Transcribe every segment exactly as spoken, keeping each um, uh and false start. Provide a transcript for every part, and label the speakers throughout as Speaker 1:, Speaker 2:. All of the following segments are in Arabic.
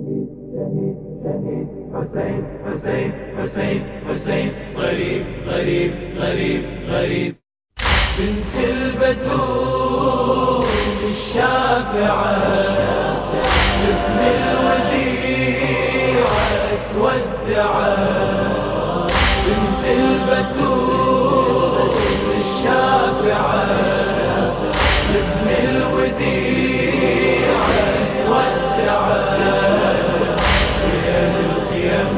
Speaker 1: شهيد حسين حسين حسين حسين غريب غريب غريب غريب. بنت البتول الشافعة ابن الوديعة تودعه. بنت البتول الشافعة ابن الوديعة تودعه. بين الخيام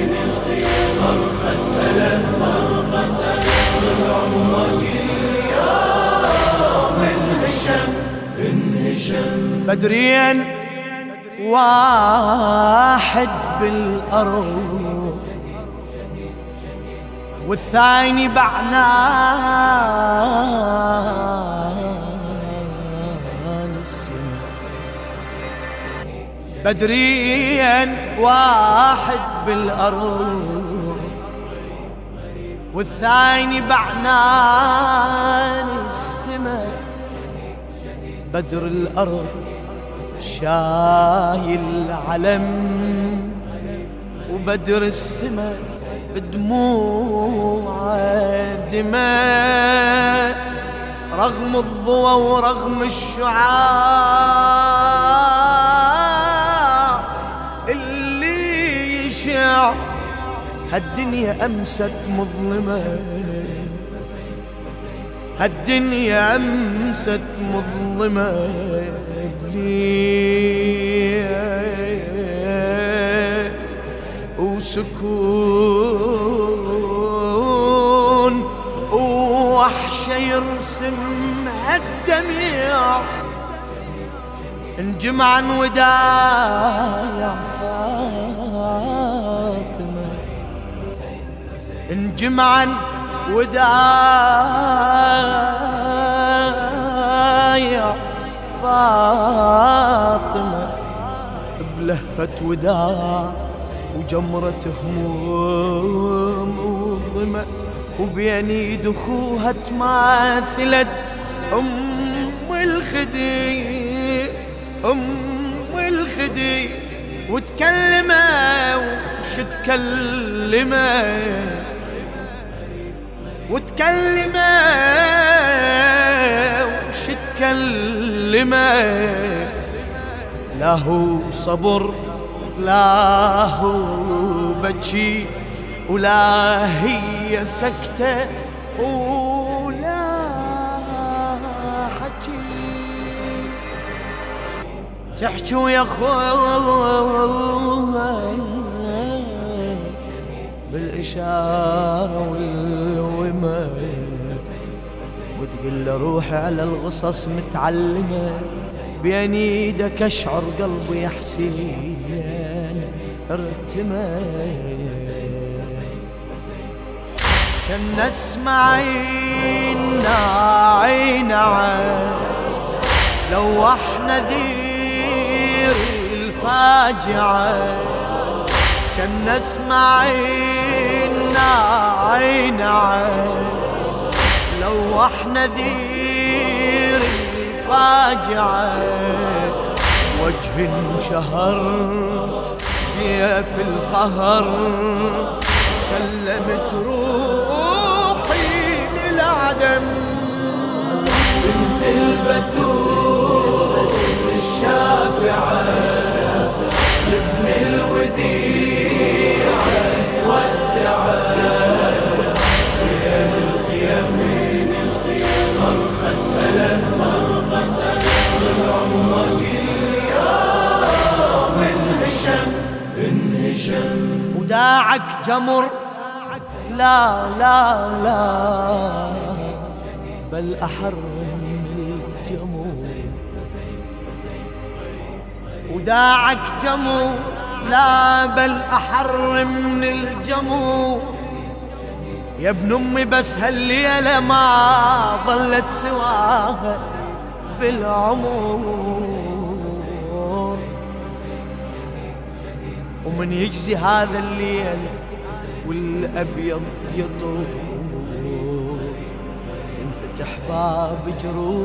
Speaker 1: صرخة ألم صرخة ألم والعمق اليوم انهشم انهشم.
Speaker 2: بدريا واحد بالأرض والثاني بعنان السماء. بدريا واحد بالأرض والثاني بعنان السماء. بدر الأرض شايل علم وبدر السماء دموع دماء. رغم الضوى ورغم الشعاع اللي يشع هالدنيا أمست مظلمة. هالدنيا أمست مظلمة بليل وسكون ووحشة يرسم هالدميع. انجمعا وداع فاطمة انجمعا وداع فاطمة بلهفة وداع وجمرة هموم وظمأ. وبين يد اخوها تماثلت ام الخدي ام الخدي. وتكلمه وش تكلمه وتكلمه وش تكلمه. لا هو صبر لا هو بكي ولا هي سكتة ولا حكي. تحكوا يا خوها بالإشارة والوما وتقول له روحي على الغصص متعلمة. بين ايدك اشعر قلبي يا حسين ارتمى. كان اسمع عين عين لو احنا ذير الفاجعة. كان اسمع عين عين لو احنا ذير الفاجعة. وجه انشهر سيف القهر سلمت روحي للعدم.
Speaker 1: بنت البتول الشافعة لابن الوديعة تودعه. بين الخيام صرخة ألم صرخة ألم والعمق اليوم انهشم انهشم.
Speaker 2: وداعك جمر لا لا لا بل أحر من الجمر. وداعك جمر لا بل أحر من الجمر. يا ابن أمي بس هالليلة ما ظلت سواها بالعمر. ومن يجزي هذا الليل والأبيض يطول تنفتح باب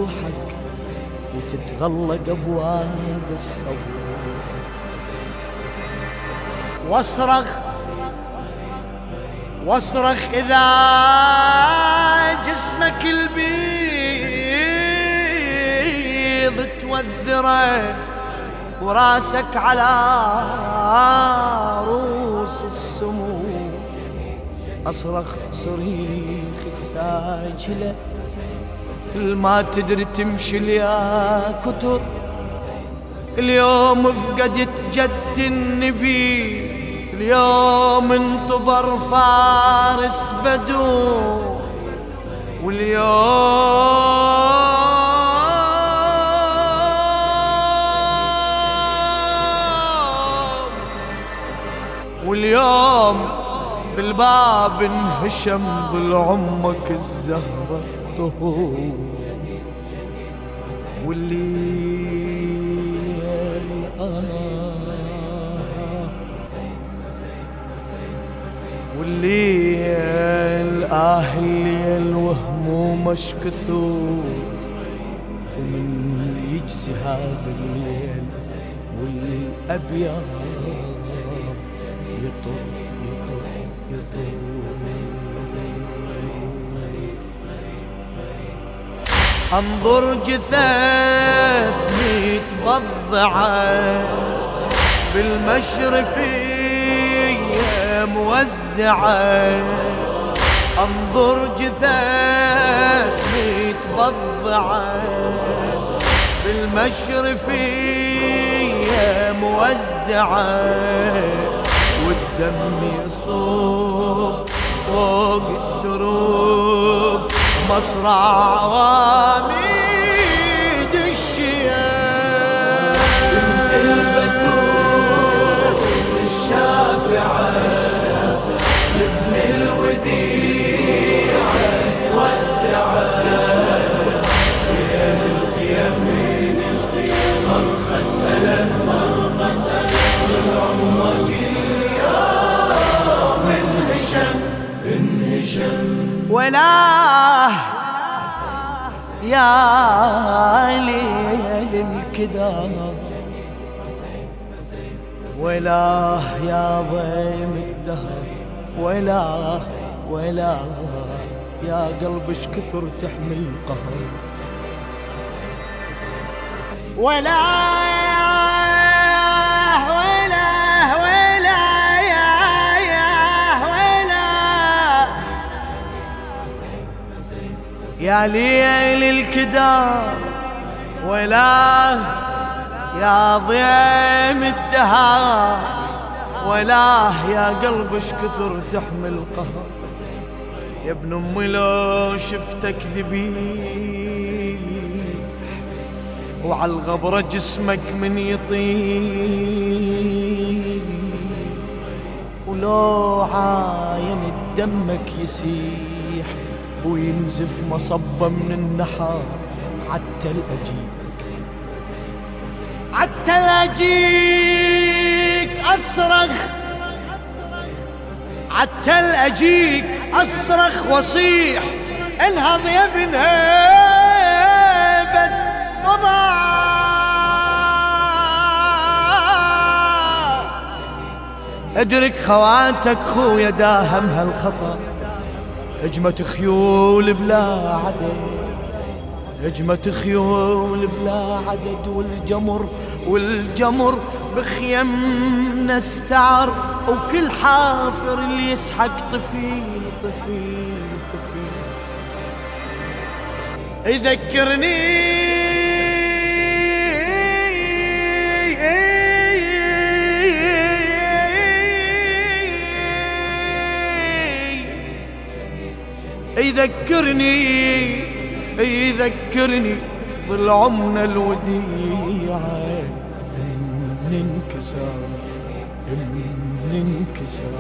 Speaker 2: جروحك وتتغلق أبواب الصبر. واصرخ واصرخ إذا جسمك البيض توذره وراسك على روس السمو. أصرخ صريخ الثاجلة ما تدري تمشي ليا كتر. اليوم فقدت جد النبي، اليوم انطبر فارس بدو، واليوم واليوم بالباب انهشم ظل عمك الزهرة طهور. والليل آه والليل آه الليل وهمومش كثور، ومن يجزي هذا الليل والأبيض يطر يطر يطر. انظر جثث متبضعة بالمشرفية موزعة. انظر جثث متبضعة بالمشرفية موزعة، والدم يصب فوق التروب مصرع عواميد الشياب.
Speaker 1: بنت البتول الشافعة لابن الوديعة تودعة، بين الخيام بين الخيام صرخة ألم صرخة ألم لعمك اليوم انهشم انهشم.
Speaker 2: ولا يا ليل الكدار، ولا يا ضيم الدهر، ولا ولا يا قلبش كثر تحمل قهر، ولا يا ليل الكدار، ولا يا ضيم الدهر، ولا يا قلبش كثر تحمل قهر. يا ابن امي لو شفتك ذبيح وعلى الغبرة جسمك من يطيح، ولو عاين دمك يسيح وينزف مصبة من النحر، عالتل أجيك عالتل أجيك أصرخ، عالتل أجيك أصرخ وصيح. انهض يا ابن هيبة مضى، ادرك خواتك خويا داهم هالخطر. هجمة خيول بلا عدد، هجمة خيول بلا عدد، والجمر والجمر بخيمنا استعر، وكل حافر اللي يسحق طفيل طفيل طفيل. يذكرني يذكرني يذكرني ظل عمنا الوديعة من انكسر من انكسر.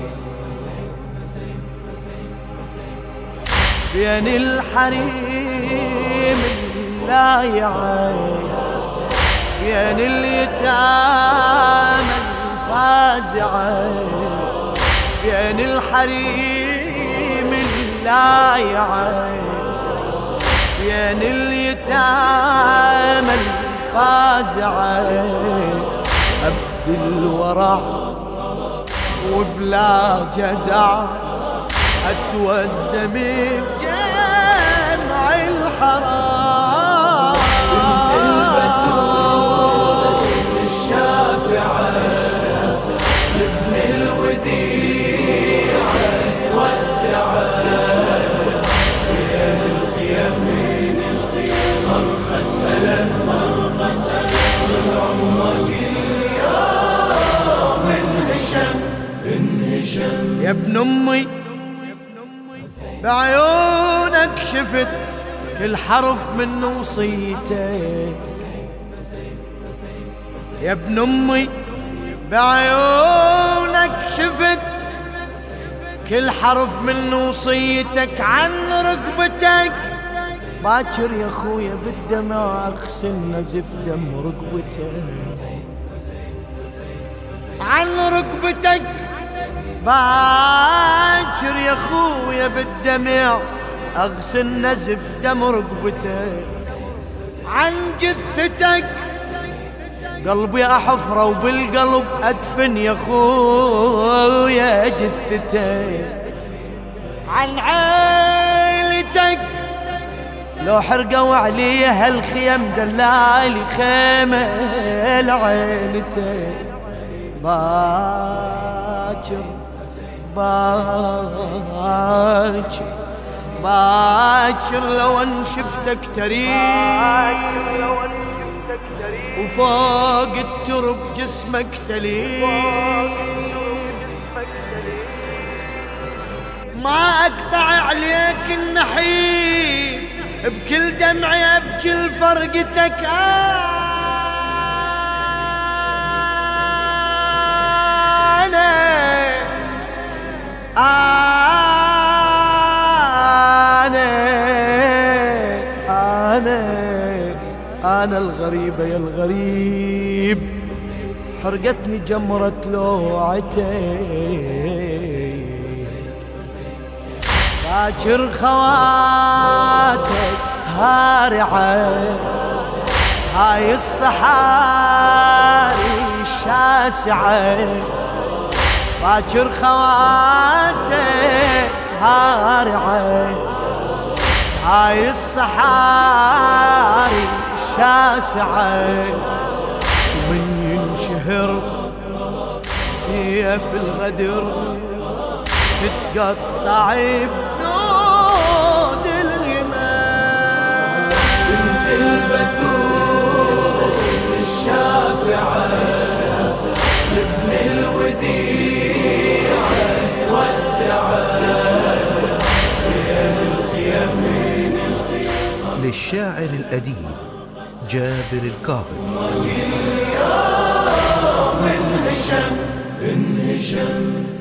Speaker 2: بين الحريم اللايعة، بين اليتامى الفازعة، بين الحريم اللايعة، بين اليتامى الفازعة. عبد الورع وبلا جزع أتوزم بجمع الحرام.
Speaker 1: بنت البتول الشافعة لابن الوديعة تودعه بين الخيام من الخيام صرخة ألم صرخة ألم عمرك اليوم انهشم انهشم.
Speaker 2: يا ابن أمي بعيونك شفت كل حرف من وصيتك. يا ابن أمي بعيونك شفت كل حرف من وصيتك عن ركبتك. باكر يا خويا بالدمع اغسل نزف دم ركبتك عن ركبتك. باكر يا خويا بالدمع اغسل نزف دم ركبتك عن جثتك. قلبي احفره وبالقلب ادفن يا خويا جثتك. عن عيلتك لو حرقوا عليها الخيم دلالي خيمه لعيلتك. باكر باكر باكر لو ان شفتك تريد وفوق الترب جسمك سليم. ما اقطع عليك النحيب بكل دمعي ابكي لفرقتك. انا انا انا انا الغريبة يا الغريب حرقتني جمرة لوعتك. باكر خواتك هارعة هاي الصحاري الشاسعة. باكر خواتك هارعة هاي الصحاري الشاسعة. ومن ينشهر سيف الغدر تتقطع بنود اليمن.
Speaker 1: بنت البتول الشافعة لابن الوديعة تودعه بين الخيام من الخيام.
Speaker 3: للشاعر الأديب جابر الكاظم.
Speaker 1: اليوم انهشم انهشم.